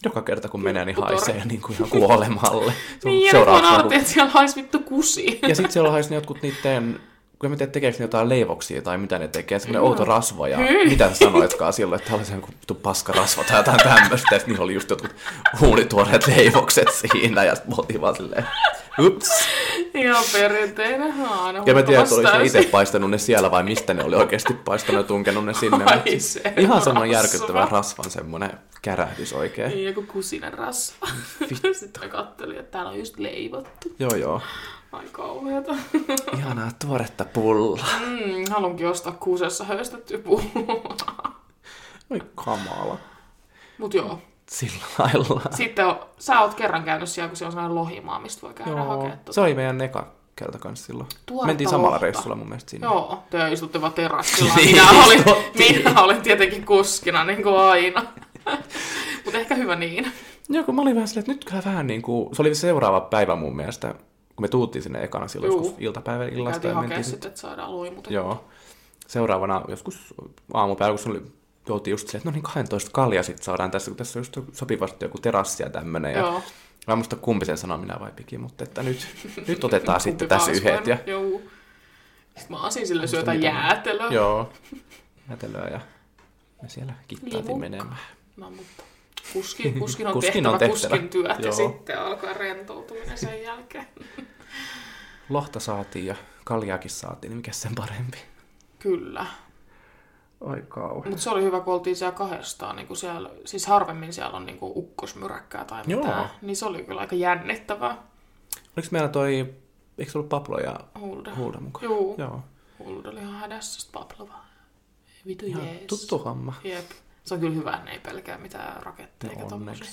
Joka kerta kun menee, niin haisee niin kuin ihan kuolemalle. Niin, ja kun ajattelin, että siellä haisi vittu kusi. Ja sitten siellä haisi jotkut niiden, kun en tiedä, tekeekö ne jotain leivoksia tai mitä ne tekee, semmoinen outo rasva. Ja mitä sä sanoitkaan silloin, että oli semmoinen vittu paskarasva tai jotain tämmöistä. Ja niillä oli just jotkut huulituoreet leivokset siinä, ja sitten me oltiin vaan silleen, ups. Ihan perinteinen haana. Ja mä tiedän, että olisi itse paistanut ne siellä vai mistä ne oli oikeasti paistanut ja tunkenut ne sinne. Ihan semmoinen järkyttävä rasvan semmoinen kärähdys oikein. Niin, joku kusinen rasva. Sitten mä kattelin, että täällä on just leivottu. Joo. Ai kauheata. Ihanaa tuoretta pullaa. Haluankin ostaa kusessa höystettyä pullaa. Oi kamala. Mut joo. Sillä lailla. Sitten sä oot kerran käynyt siellä, kun se on sellainen lohimaa, mistä voi käydä hakemaan. Se oli meidän eka kerta kanssa silloin. Mentiin samalla reissulla mun mielestä sinne. Joo, te istutte vaan terassilla. Minä olin tietenkin kuskina, niin kuin aina. Mutta ehkä hyvä niin. Joo, kun mä olin vähän silleen, että nyt kyllä vähän niin kuin, se oli seuraava päivä mun mielestä, kun me tuuttiin sinne ekana silloin joskus iltapäivän illasta. Käytiin hakemaan sitten, että saadaan luimutettua. Joo. Seuraavana joskus aamupäivä, kun joutiin just silleen, että no niin 12 kalja sitten saadaan tässä, kun tässä on just sopivasti joku terassi ja tämmöinen. Ja mä en muista kumpi sen sanoo minä vai Piki, mutta että nyt otetaan sitten tässä yhdet. Ja... Joo. Sitten mä asin sille syötä jäätelöä. Joo, jäätelöä ja me siellä kittaatiin menemään. No mutta kuskin on tehtävä kuskin työt ja sitten alkaa rentoutuminen sen jälkeen. Lohta saatiin ja kaljaakin saatiin, niin mikäs sen parempi? Kyllä. Ai kauhean. Mutta se oli hyvä, kun oltiin siellä kahdestaan. Niin siellä, siis harvemmin siellä on niin ukkosmyräkkää tai mitään. Niin se oli kyllä aika jännittävää. Oliko meillä eikö se ollut Pablo ja Hulda mukaan? Joo. Hulda oli ihan hädässä, sitten Pablo vaan. Vitu ihan jees. Tuttu homma. Jep. Se on kyllä hyvä, ne ei pelkää mitään raketteja eikä tommosia.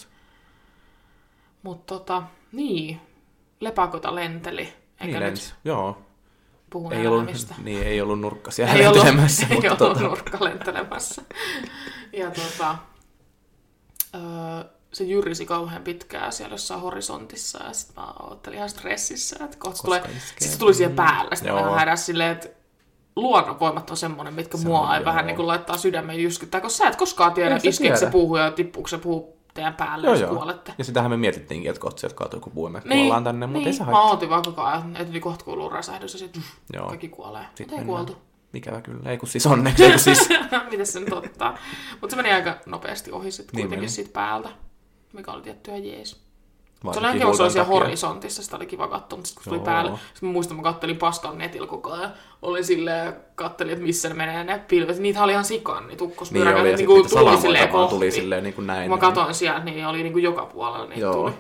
Mutta niin. Lepakota lenteli. Niin lensi, joo. Puhun elämistä. Ei ollut nurkka siellä lentelemässä. Ei ollut nurkka lentelemässä. Ja se jyrisi kauhean pitkään siellä jossain horisontissa. Ja sitten mä oottelin ihan stressissä, että kohta se tuli siihen päälle. Sitten mä ihan hädässä silleen, että luonnonvoimat on semmoinen, mitkä mua ei vähän niin kuin laittaa sydämen jyskyttää. Koska sä et koskaan tiedä, iskeekö se puuhun ja tippuuko se puu teidän päälle, jos kuolette. Ja sitähän me mietittiinkin, että kohta sieltä kaatuu joku puu ja me kuollaan tänne, mutta ei se haittaa. Mä ootin vaan koko ajan, että niin kohta kuuluu räsähdys ja sitten kaikki kuolee. Mutta ei kuoltu. Ikävä kyllä, ei kun siis onneksi. Ei kun siis. Mites se nyt ottaa? Mutta se meni aika nopeasti ohi sitten kuitenkin siitä päältä, mikä oli tiettyä jees. Se oli ihan kiva, siellä horisontissa, sitä oli kiva katsoa, mutta sitten kun tuli päälle, sitten mä muistan, mä kattelin paskan netillä koko ajan, olin silleen, kattelin, että missä ne menee ne pilvet, niitä oli ihan sikan, niitä ukkosmyräkäitä, niin tuli silleen kohti. Tuli silleen niin kuin näin. Kun mä katsoin sieltä, niin oli niin kuin joka puolella niitä tuli.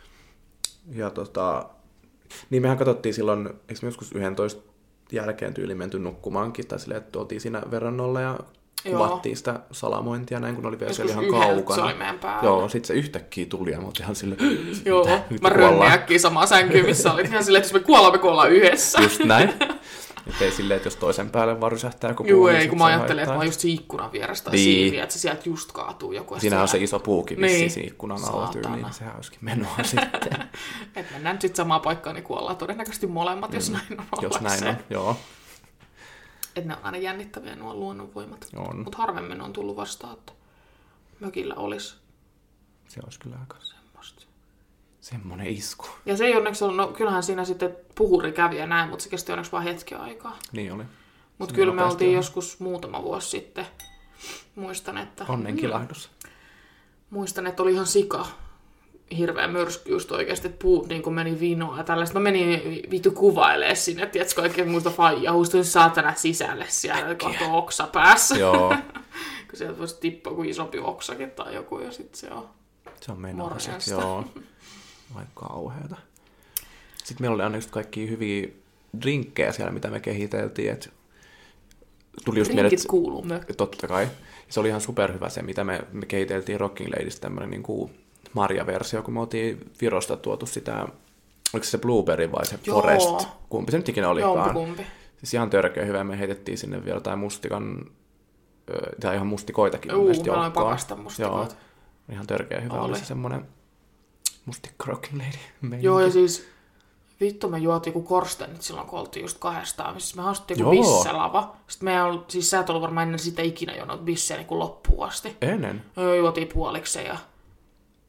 Ja niin mehän katsottiin silloin, eikö me joskus 11 jälkeen tyyliin menty nukkumaankin, tai silleen, että oltiin siinä verrannolla ja kuvattiin sitä salamointia näin, kun oli vielä siellä ihan kaukana. Se oli meidän päällä. Joo, sit se yhtäkkiä tuli ja mä oltiin ihan silleen, joo, mä rönnin äkkiä samaan sänkyyn, missä olit ihan silleen, että jos me kuollaan yhdessä. Just näin. Että ei silleen, että jos toisen päälle vaan rysähtää joku puu. Joo, ei, kun mä ajattelin, että mä oon just se ikkunan vierestä tai siiviä, että se sieltä just kaatuu joku. Siinä on se iso puukin vissiin ikkunan alla tyyliin, niin sehän olisikin menoa sitten. Että mennään nyt sitten samaan paikkaan, niin kuollaan todennäköisesti molemmat, jos näin on. Jos näin on, joo. Että ne on aina jännittäviä nuo luonnonvoimat. Mutta harvemmin on tullut vastaan, että mökillä olisi. Se olisi kyllä aika semmoinen isku. Ja se ei onneksi ollut, no kyllähän siinä sitten puhuri kävi ja näin, mutta se kesti onneksi vain hetken aikaa. Niin oli. Mutta kyllä me oltiin joskus muutama vuosi sitten, muistan, että... Onnenkilahdus. Muistan, että oli ihan sika. Hirveä myrsky just oikeasti, että puut niin meni vinoa ja tällaista. Mä menin vittu kuvailemaan sinne, tiedätkö, oikein muista faijaa, huistuin saatana sisälle siellä, kohta oksa päässä. Joo. Kun sieltä voisi tippua kuin isompi oksakin tai joku, ja sitten se on menoa sitten, joo. Vai kauheata. Sitten meillä oli aina just kaikkia hyviä drinkkejä siellä, mitä me kehiteltiin. Et tuli just drinkit kuuluu mökkiin. Totta kai. Se oli ihan superhyvä se, mitä me kehiteltiin Rocking Ladystä, tämmöinen niin kuin marjaversio, kun me oltiin Virosta tuotu sitä, oliko se Blueberry vai se Forest? Kumpi se nyt ikinä olikaan. Jompikumpi. Siis ihan törkeä hyvä. Me heitettiin sinne vielä jotain mustikan, tai ihan mustikoitakin mun mielestä joukkoon. Mä aloin pakasta mustikoita. Ihan törkeä hyvä oli se semmoinen mustikka Rocking Lady meininki. Joo, ja siis vittu me juotiin joku korstenit silloin, kun oltiin just kahdestaan. Siis me haastuttiin joku bisselava. Sitten siis sä et ollut varmaan ennen sitä ikinä juonut bissejä niin kuin loppuun asti. Ennen? Joo, juotiin puolikseen ja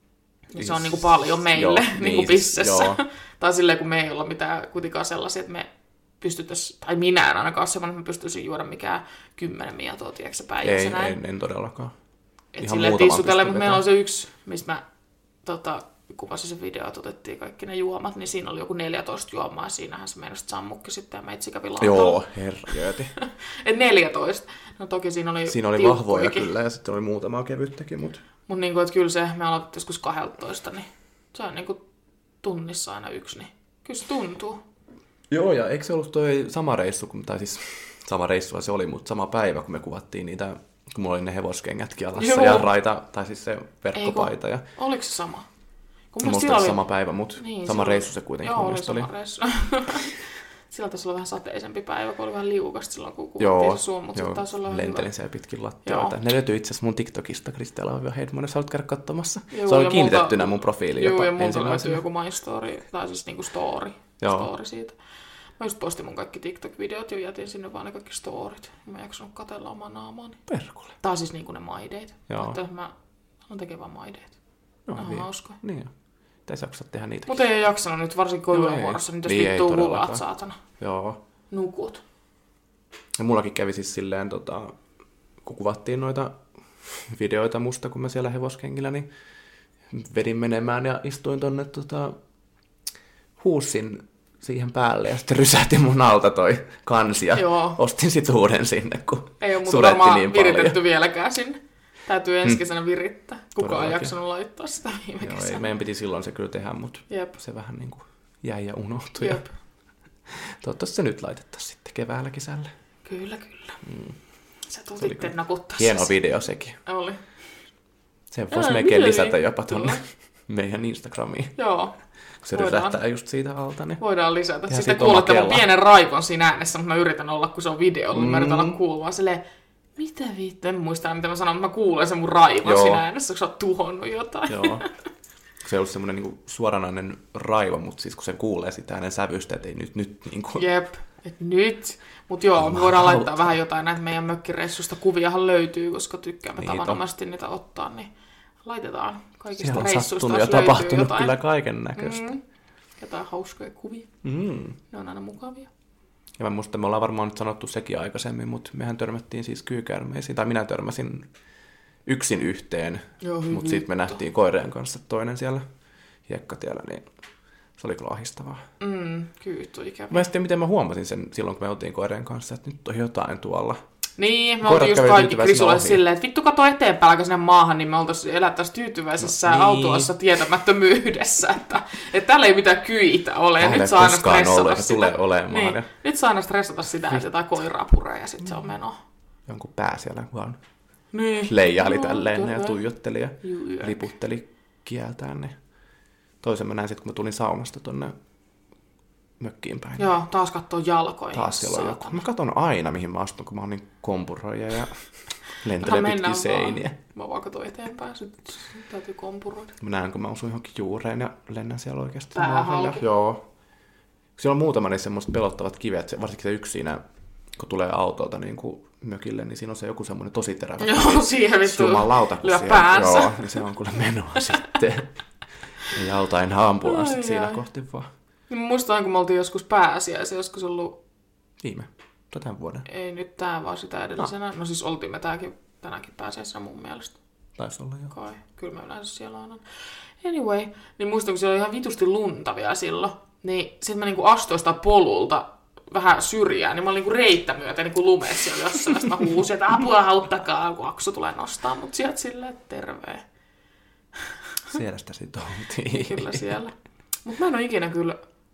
Ja se on niinku paljon meille niinku pissessä. Tai silleen, kun me ei olla mitään kuitenkaan sellaisia, että me pystyttäisiin, tai minä en ainakaan semmoinen, että me pystyisin juoda mikään 10 mietoa, tiedätkö päivässä näin. En todellakaan. Että silleen tissutelle, mutta meillä on se yksi, mistä mä kuvasin sen video, että otettiin kaikki ne juomat, niin siinä oli joku 14 juomaa, ja siinähän se meinasi sammukki sitten, ja meitsi kävi laatalla. Joo, herjöti. Et 14. No toki siinä oli vahvoja kyllä, ja sitten oli muutamaa kevyttäkin, mutta... Mutta niinku, että kyllä se, me aloitettiin joskus 12, niin se on niinku tunnissa aina yksi, niin kyllä se tuntuu. Joo, ja eikö se ollut toi sama reissu, tai siis sama reissua se oli, mutta sama päivä, kun me kuvattiin niitä, kun mulla oli ne hevoskengätkin jalassa ja raita, tai siis se verkkopaita. Ja... Oliko se sama? Musta oli sama päivä, mutta niin, sama reissu se kuitenkin. Joo, oli sama reissu. Sillä taisi olla vähän sateisempi päivä, kun oli vähän liukasta silloin, kun kuvattiin se suun, mutta taisi olla lentelin siellä pitkin lattioita. Ne löytyy itse asiassa mun TikTokista, Kristella Heidman, jos haluat käydä katsomassa. Se oli kiinnitettynä mun profiiliin jopa ensimmäisenä. Joo, ja multa löytyy joku My Story, tai siis niinku story siitä. Mä just postin mun kaikki TikTok-videot ja jätin sinne vaan ne kaikki storit. Mä en jaksanut katsella omaa naamaani. Perkulle. Tää on siis niinku ne maideet. Että mä haluan tekee vaan maideet. No, on hauskoja. Niin. Ei jaksa tehdä niitä. Mutta ei jaksanut nyt, varsinkin kun yövuorossa, niin jos vittuu luvaat, saatana. Joo. Nukut. Ja mullakin kävi siis silleen, kun kuvattiin noita videoita musta, kun mä siellä hevoskengillä, niin vedin menemään ja istuin tonne huussin siihen päälle ja sitten rysähti mun alta toi kansi ja ostin sit uuden sinne, kun ei ole muuta varmaan viritetty vieläkään sinne. Täytyy ensi kesänä virittää. Kukaan ei jaksanut laittaa sitä viime kesänä. Ei, meidän piti silloin se kyllä tehdä, mutta se vähän niin kuin jäi ja unohtui. Ja toivottavasti se nyt laitettaisiin sitten keväällä kesällä. Kyllä. Sä tulet sitten naputtaa. Hieno video sekin. Oli. Sen voisi melkein lisätä jopa tuonne meidän Instagramiin. Joo. Se rysähtää just siitä alta. Niin voidaan lisätä. Sitten kuulette mun pienen raivon siinä äänessä, mutta mä yritän olla, kun se on videolla. Mä yritän olla kuulua silleen, mitä viittä? En muista, mitä mä sanon, mutta mä kuulen sen mun raivon siinä äänessä, kun sä oot tuhonnut jotain. Joo. Se ei ollut semmoinen niinku suoranainen raivo, mutta siis kun sen kuulee sitä äänen sävystä, että ei nyt niinku... Jep, että nyt. Mutta joo, me voidaan laittaa vähän jotain näitä meidän mökkireissusta. Kuviahan löytyy, koska tykkäämme tavanomaisesti niitä ottaa, niin laitetaan kaikista reissuista. Siellä on sattunut ja tapahtunut jotain. Kyllä kaiken näköistä. Jotain hauskoja kuvia. Ne on aina mukavia. Ja mä muistan, me ollaan varmaan nyt sanottu sekin aikaisemmin, mutta mehän törmättiin siis kyykäärmeisiin, tai minä törmäsin yksin yhteen, mutta sitten me nähtiin koireen kanssa toinen siellä hiekkatiellä, niin se oli kyllä ahdistavaa. Kyytty ikävä. Mä en tiedä, miten mä huomasin sen silloin, kun me oltiin koireen kanssa, että nyt on jotain tuolla. Niin, me oltiin just kaikki Krisulle silleen, että vittu kato eteenpäin aika sinne maahan, niin me elättäisiin tyytyväisessä autuassa tietämättömyydessä, että täällä ei mitään kyitä ole, ja nyt saa aina stressata sitä. Tulee olemaan. Niin. Nyt saa aina stressata sitä, että jotain koiraa puree, ja sitten se on meno. Jonkun pää siellä vaan leijaili tälleen ja tuijotteli ja liputteli kieltään. Niin. Toisen mä näin sitten, kun mä tulin saunasta tonne mökkiin päin. Joo, taas kattoo jalkoja. Taas siellä on joku. Mä katon aina, mihin mä astun, kun mä oon niin kompuroija ja lentelen pitkin seiniä. Mä vaan katon eteenpäin, sitten täytyy kompuroida. Mä näen, kun mä osun johonkin juureen ja lennän siellä oikeasti. Pää halki. Joo. Siellä on muutama niistä semmoiset pelottavat kivet, varsinkin se yksi siinä, kun tulee autolta niin kuin mökille, niin siinä on se joku semmoinen tosi terävä. Joo, siihen vittu lyö päänsä. Joo, niin se on kyllä menoa sitten. Ei auta enää ambulanssit siinä kohti vaan. Muistan, kun me oltiin joskus pääsiäisen, joskus ollut... Viime. Tämän vuoden. Ei nyt tää, vaan sitä edellisenä. No siis oltiin me tänäkin pääsiäisenä mun mielestä. Taisi olla jo. Kai. Kyllä me yleensä siellä aina. Anyway, niin muistan, kun siellä oli ihan vitusti lunta vielä silloin. Niin sitten mä niinku astuin sitä polulta vähän syrjään, niin mä olin niinku reittä myöten niinku lumeessa siellä jossain. Sitten mä huusin, että apua hauttakaa, kun Aksu tulee nostaa mut sieltä silleen, että tervee. Siellä sitä sit oltiin. Kyllä siellä. Mut mä en oo ikinä kyllä...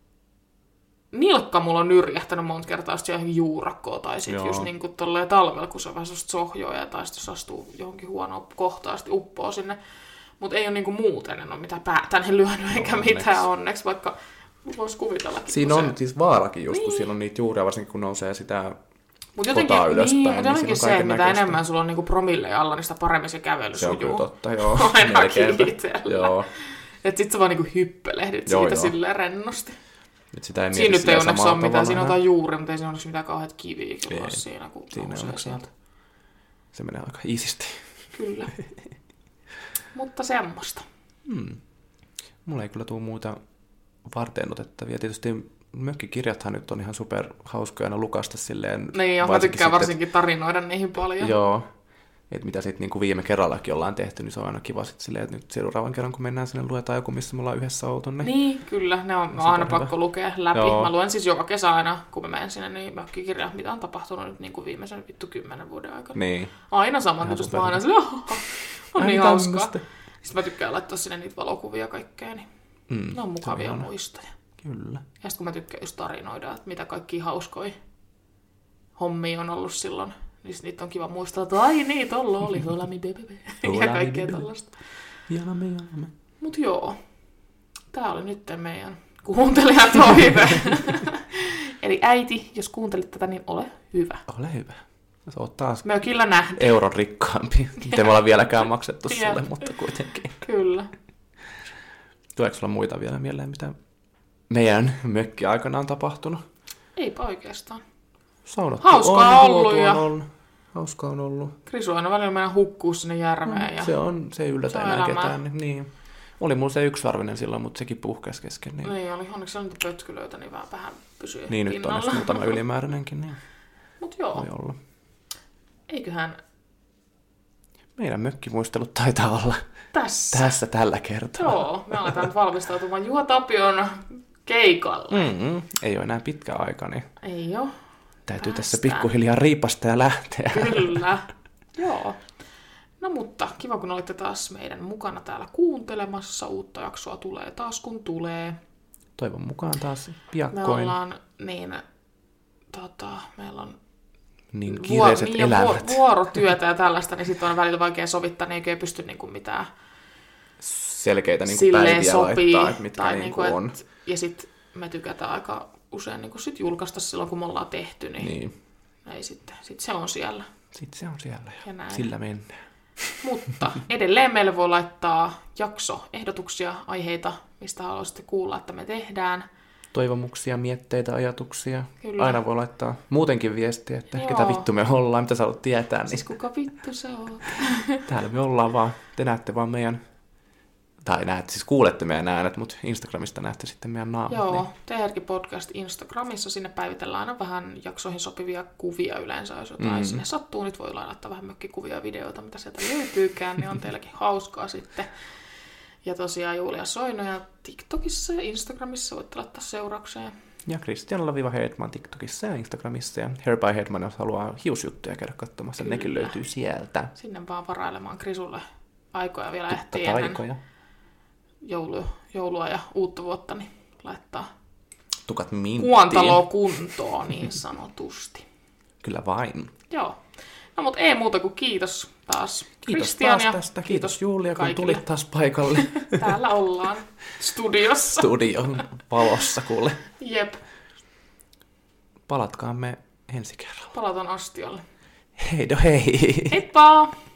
Nilkka mulla on nyrjähtänyt monta kertaa sitten johonkin juurakkoon, tai sitten just niin kuin tolleen talvella, kun se on vähän sellaista sohjoja, tai sitten jos astuu johonkin huonoon kohtaan, sitten uppoo sinne. Mutta ei ole niinku muuten, en ole mitään päätäni lyönyt eikä mitään onneksi, vaikka voisi kuvitellakin. Siinä on siis vaarakin just, kun siinä on niitä juuria, varsinkin kun nousee sitä kotaa ylöspäin. Mutta jotenkin se, mitä enemmän sulla on niinku promille alla, niin sitä paremmin se kävely sujuu. Se on kyllä totta, joo. Ainakin itsellä. Että sit sä vaan niinku hyppelehdit siitä silleen rennosti. Siinä nyt ei onneksi ole mitään, siinä on jotain juuri, mutta ei siinä onneksi mitään kauheat kiviä kyllä siinä, kun nousee sieltä. Se menee aika iisisti. Kyllä. Mutta semmoista. Mulla ei kyllä tule muuta varteenotettavia. Tietysti mökkikirjathan nyt on ihan super hauskoja aina lukasta silleen. Niin, mä tykkään varsinkin tarinoida niihin paljon. Joo. Että mitä sitten niin viime kerrallakin ollaan tehty, niin se on aina kiva sitten silleen, että nyt seuraavan kerran, kun mennään sinne, luetaan joku, missä me ollaan yhdessä oltu. Niin, kyllä. Ne on aina pakko lukea läpi. Joo. Mä luen siis joka kesä aina, kun mä menen sinne, niin mökkikirja, mitä on tapahtunut nyt niin kuin viimeisen 10 vuoden aikana. Niin. Aina saman, että mä aina silleen, on niin hauskaa. Sitten mä tykkään laittaa sinne niitä valokuvia ja kaikkea, niin ne on mukavia muistoja. Kyllä. Ja sitten kun mä tykkään just tarinoida, että mitä kaikkia hauskoja hommia on ollut silloin, niin niitä on kiva muistaa, että ai niin, tolla oli holami bebebe ja kaikkea tollaista. Jalame. Mut joo, tää oli nyt meidän kuuntelijatoive. Eli äiti, jos kuuntelit tätä, niin ole hyvä. Ole hyvä. Sä oot taas mökillä nähty. Euron rikkaampi. Miten me ollaan vieläkään maksettu sulle, mutta kuitenkin. Kyllä. Tuleeko sulla muita vielä mieleen, mitä meidän mökki aikana on tapahtunut? Eipä oikeastaan. Saunottu hauskaa on ollut. Hauskaa on ollut. Krisu aina välillä mennä hukkuu sinne järveen. Se ei yllätä enää ketään. Niin. Oli mulla se yksisarvinen silloin, mutta sekin puhkesi kesken. Niin oli. Onneksi siellä niitä pötkylöitä, niin vähän pysyy niin, pinnalla. Nyt on muutama ylimääräinenkin. Niin. Mut joo. Voi olla. Eiköhän meidän mökkimuistelut taitaa olla tässä tällä kertaa. Joo, me aletaan nyt valmistautumaan Juha Tapion keikalle. Ei ole enää pitkä aika, niin ei ole. Täytyy tässä pikkuhiljaa riipasta ja lähteä. Kyllä, joo. No mutta kiva, kun olitte taas meidän mukana täällä kuuntelemassa. Uutta jaksoa tulee taas, kun tulee. Toivon mukaan taas piakkoin. Me ollaan meillä on niin kiireiset elämät. Vuorotyötä ja tällaista, niin sitten on välillä vaikea sovittaa, niin ei pysty niinku mitään selkeitä niinku päiviä laittaa, että mitkä niinku on. Ja sitten me tykätään aika usein niinku sit julkaista silloin, kun me ollaan tehty, niin. Ei sitten se on siellä. Sitten se on siellä ja sillä mennään. Mutta edelleen meille voi laittaa jaksoehdotuksia, aiheita, mistä haluaisitte kuulla, että me tehdään. Toivomuksia, mietteitä, ajatuksia. Kyllä. Aina voi laittaa muutenkin viestiä, että ketä vittu me ollaan, mitä sä haluat tietää. Niin. Siis kuka vittu sä oot? Täällä me ollaan vaan, te näette vaan meidän, tai kuulette meidän äänet, mutta Instagramista näette sitten meidän naamat. Joo, niin. TRG Podcast Instagramissa, sinne päivitellään aina vähän jaksoihin sopivia kuvia yleensä, jos jotain sinne sattuu. Nyt voi laittaa vähän mökkikuvia ja videoita, mitä sieltä löytyykään, niin on teilläkin hauskaa sitten. Ja tosiaan Julia Soinoja TikTokissa ja Instagramissa voitte laittaa seuraukseen. Ja Kristianella-Hedman TikTokissa ja Instagramissa. Ja Hair by Hedman, jos haluaa hiusjuttuja käydä katsomassa, nekin löytyy sieltä. Sinne vaan varailemaan Krisulle aikoja vielä ehtii ennen joulua ja uutta vuotta, niin laittaa tukat minttiin. Kuontalo kuntoon niin sanotusti. Kyllä vain. Joo. No mutta ei muuta kuin kiitos taas Kristian taas tästä. Kiitos Julia, kun tulit taas paikalle. Täällä ollaan studiossa. Studion valossa, kuule. Jep. Palatkaamme ensi kerralla. Palataan astiolle. Hei. Heippa!